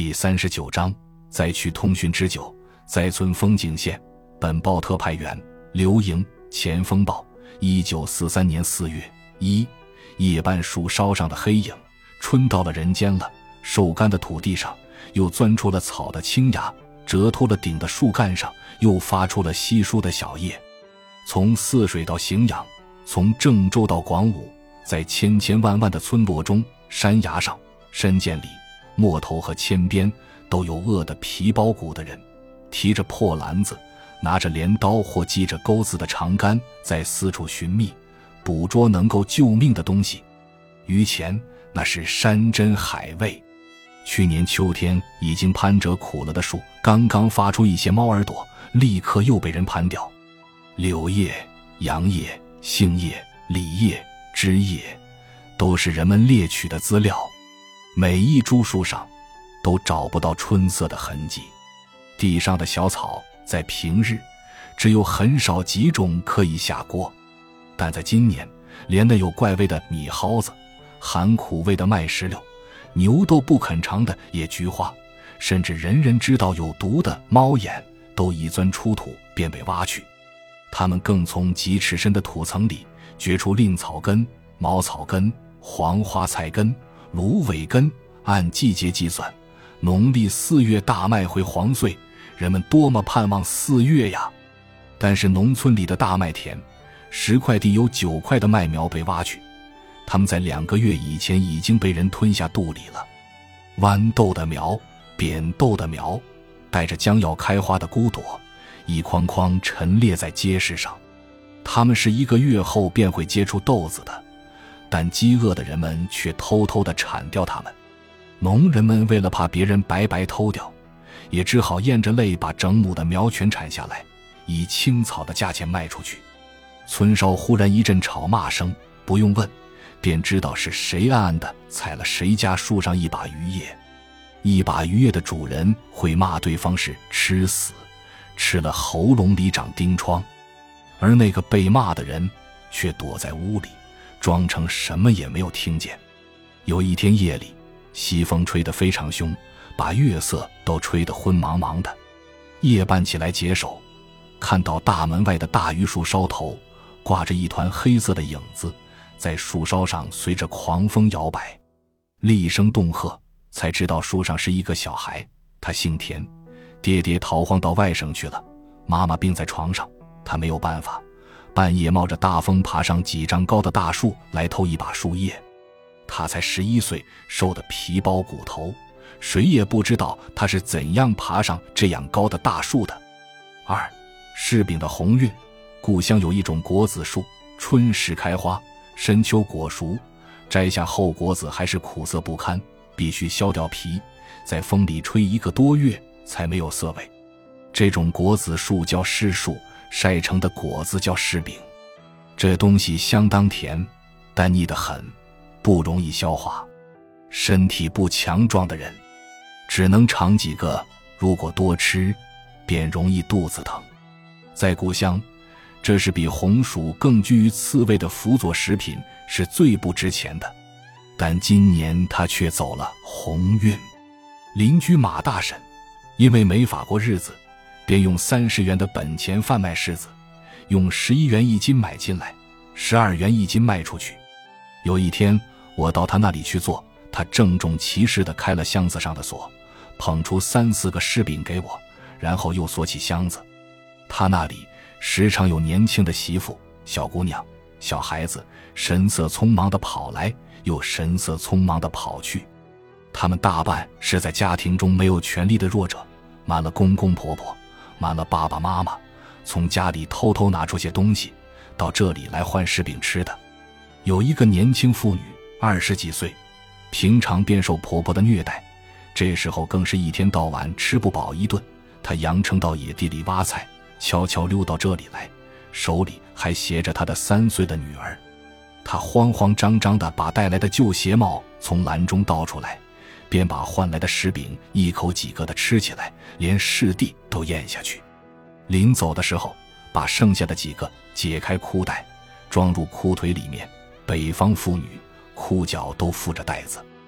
第39章灾区通讯之9。灾村丰井县，本报特派员刘莹，前锋报。1943年4月1，夜半树梢上的黑影，春到了人间了。瘦干的土地上又钻出了草的青芽，折脱了顶的树干上又发出了稀疏的小叶。从泗水到荥阳，从郑州到广武，在千千万万的村落中，山崖上、深涧里、陌头和扦边，都有饿得皮包骨的人，提着破篮子，拿着镰刀或系着钩子的长杆，在四处寻觅，捕捉能够救命的东西。榆钱那是山珍海味。去年秋天已经攀折苦了的树，刚刚发出一些猫耳朵，立刻又被人攀掉。柳叶、杨叶、杏叶、李叶、枝叶，都是人们猎取的资料。每一株树上都找不到春色的痕迹。地上的小草在平日只有很少几种可以下锅，但在今年，连那有怪味的米蒿子、含苦味的麦石榴、牛都不肯尝的野菊花，甚至人人知道有毒的猫眼，都一钻出土便被挖去。它们更从几尺深的土层里掘出蔺草根、茅草根、黄花菜根、芦苇根，按季节计算，农历4月大麦会黄穗，人们多么盼望4月呀！但是农村里的大麦田，10块地有9块的麦苗被挖去，它们在2个月以前已经被人吞下肚里了。豌豆的苗、扁豆的苗，带着将要开花的骨朵，一筐筐陈列在街市上。它们是1个月后便会结出豆子的，但饥饿的人们却偷偷地铲掉它们。农人们为了怕别人白白偷掉，也只好咽着泪把整亩的苗全铲下来，以青草的价钱卖出去。村梢忽然一阵吵骂声，不用问便知道是谁暗暗地踩了谁家树上一把榆叶。一把榆叶的主人会骂对方是吃死，吃了喉咙里长钉疮，而那个被骂的人却躲在屋里，装成什么也没有听见。有一天夜里，西风吹得非常凶，把月色都吹得昏茫茫的。夜半起来解手，看到大门外的大榆树梢头挂着一团黑色的影子，在树梢上随着狂风摇摆。厉声恫吓，才知道树上是一个小孩，他姓田，爹爹逃荒到外省去了，妈妈病在床上，他没有办法，半夜冒着大风爬上几丈高的大树来偷一把树叶。他才11岁，瘦得皮包骨头，谁也不知道他是怎样爬上这样高的大树的。2. 柿饼的鸿运。故乡有一种果子树，春时开花，深秋果熟，摘下后果子还是苦涩不堪，必须削掉皮，在风里吹1个多月才没有涩味。这种果子树叫柿树，晒成的果子叫柿饼。这东西相当甜，但腻得很，不容易消化。身体不强壮的人只能尝几个，如果多吃便容易肚子疼。在故乡，这是比红薯更居于次位的辅佐食品，是最不值钱的。但今年他却走了鸿运。邻居马大婶因为没法过日子，便用30元的本钱贩卖柿子，用11元1斤买进来，12元1斤卖出去。有一天我到他那里去做，他郑重其事地开了箱子上的锁，捧出3、4个柿饼给我，然后又锁起箱子。他那里时常有年轻的媳妇、小姑娘、小孩子，神色匆忙地跑来，又神色匆忙地跑去。他们大半是在家庭中没有权利的弱者，瞒了公公婆婆，瞒了爸爸妈妈，从家里偷偷拿出些东西到这里来换柿饼吃的。有一个年轻妇女20几岁，平常便受婆婆的虐待，这时候更是一天到晚吃不饱一顿。她扬称到野地里挖菜，悄悄溜到这里来，手里还携着她的3岁的女儿。她慌慌张张地把带来的旧鞋帽从篮中倒出来，便把换来的柿饼一口几个地吃起来，连柿蒂都咽下去。临走的时候，把剩下的几个解开裤带，装入裤腿里面。北方妇女裤脚都附着带子。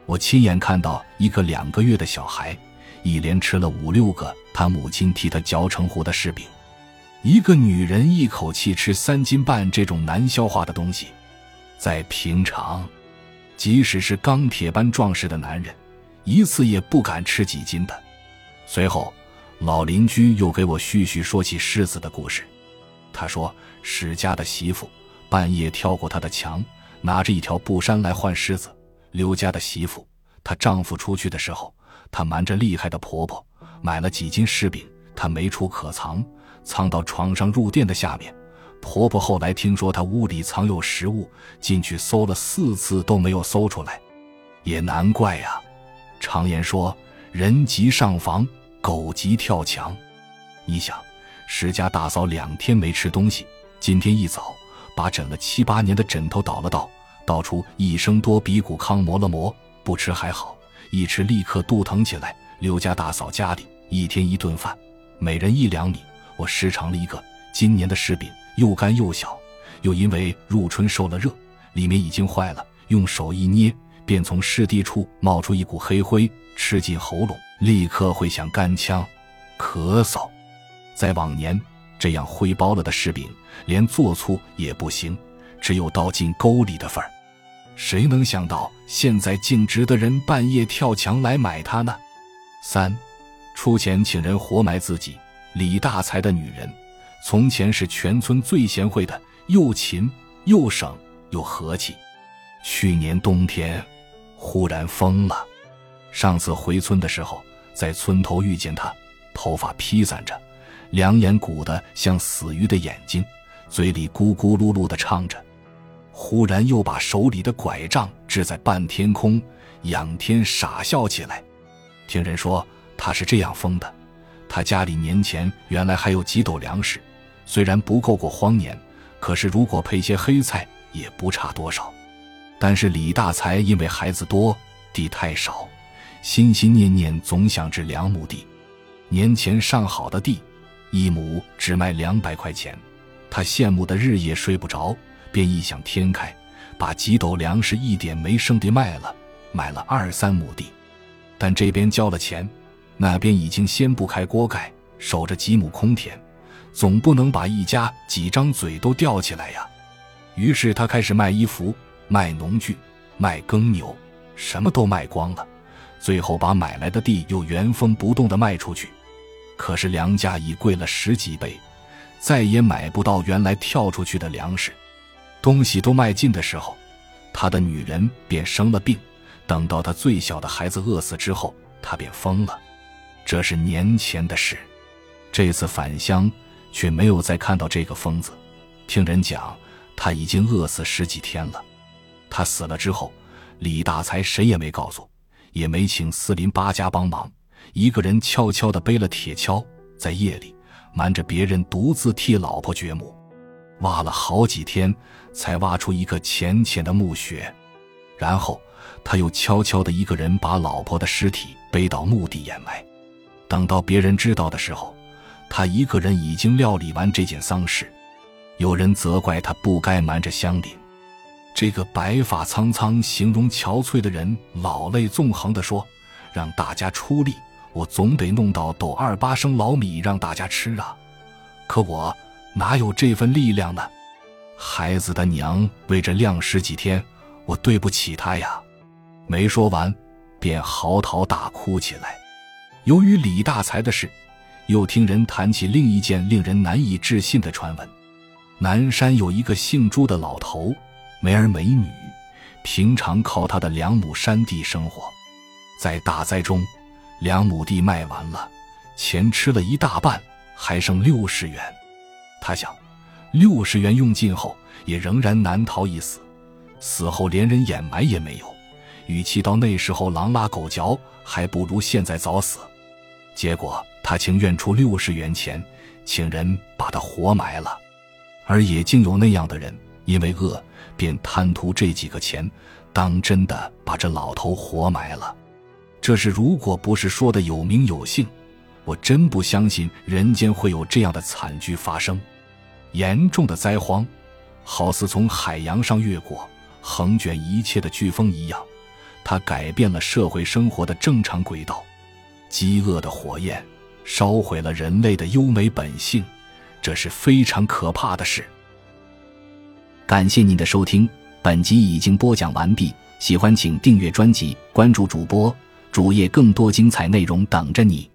我亲眼看到一个2个月的小孩一连吃了5、6个他母亲替他嚼成糊的柿饼。一个女人一口气吃3斤半这种难消化的东西，在平常，即使是钢铁般壮实的男人，一次也不敢吃几斤的。随后，老邻居又给我絮絮说起狮子的故事。他说，史家的媳妇半夜跳过他的墙，拿着一条布衫来换狮子。刘家的媳妇，她丈夫出去的时候，她瞒着厉害的婆婆，买了几斤柿饼，她没处可藏，藏到床上入垫的下面。婆婆后来听说她屋里藏有食物，进去搜了4次都没有搜出来。也难怪呀，常言说，人急上房，狗急跳墙。你想，史家大嫂2天没吃东西，今天一早把枕了7、8年的枕头倒了倒出1升多比谷糠磨了磨，不吃还好，一吃立刻肚疼起来。刘家大嫂家里1天1顿饭，每人1两米。我时尝了一个今年的柿饼，又干又小，又因为入春受了热，里面已经坏了，用手一捏，便从柿蒂处冒出一股黑灰，吃进喉咙立刻会响干腔、咳嗽。在往年，这样灰包了的柿饼连做醋也不行，只有倒进沟里的份儿。谁能想到现在竟值得人半夜跳墙来买它呢？3. 出钱请人活埋自己。李大才的女人从前是全村最贤惠的，又勤又省又和气。去年冬天忽然疯了，上次回村的时候，在村头遇见她，头发披散着，两眼鼓得像死鱼的眼睛，嘴里咕咕噜噜地唱着，忽然又把手里的拐杖支在半天空，仰天傻笑起来。听人说他是这样疯的，他家里年前原来还有几斗粮食，虽然不够过荒年，可是如果配些黑菜也不差多少。但是李大才因为孩子多，地太少，心心念念总想置2亩地。年前上好的地，1亩只卖200块钱，他羡慕的日夜睡不着，便异想天开，把几斗粮食一点没剩地卖了，买了2、3亩地。但这边交了钱，那边已经掀不开锅盖，守着几亩空田，总不能把一家几张嘴都吊起来呀。于是他开始卖衣服，卖农具，卖耕牛，什么都卖光了，最后把买来的地又原封不动地卖出去。可是粮价已贵了10几倍，再也买不到原来跳出去的粮食。东西都卖尽的时候，他的女人便生了病，等到他最小的孩子饿死之后，他便疯了。这是年前的事，这次返乡却没有再看到这个疯子。听人讲，他已经饿死10几天了。他死了之后，李大才谁也没告诉，也没请4邻8家帮忙，一个人悄悄地背了铁锹，在夜里瞒着别人独自替老婆掘墓，挖了好几天才挖出一个浅浅的墓穴。然后他又悄悄地一个人把老婆的尸体背到墓地掩埋。等到别人知道的时候，他一个人已经料理完这件丧事。有人责怪他不该瞒着乡邻。这个白发苍苍、形容憔悴的人老泪纵横地说，让大家出力，我总得弄到斗28升老米让大家吃啊，可我哪有这份力量呢？孩子的娘为这晾10几天，我对不起她呀。没说完便嚎啕大哭起来。由于李大才的事，又听人谈起另一件令人难以置信的传闻。南山有一个姓朱的老头，没儿没女，平常靠他的2亩山地生活。在大灾中，2亩地卖完了，钱吃了一大半，还剩60元。他想，60元用尽后也仍然难逃一死，死后连人掩埋也没有，与其到那时候狼拉狗嚼，还不如现在早死。结果他情愿出60元钱，请人把他活埋了。而也竟有那样的人，因为饿便贪图这几个钱，当真的把这老头活埋了。这事如果不是说的有名有姓，我真不相信人间会有这样的惨剧发生。严重的灾荒好似从海洋上越过，横卷一切的飓风一样， 它改变了社会生活的正常轨道。饥饿的火焰烧毁了人类的优美本性，这是非常可怕的事。感谢您的收听，本集已经播讲完毕，喜欢请订阅专辑，关注主播，主页更多精彩内容等着你。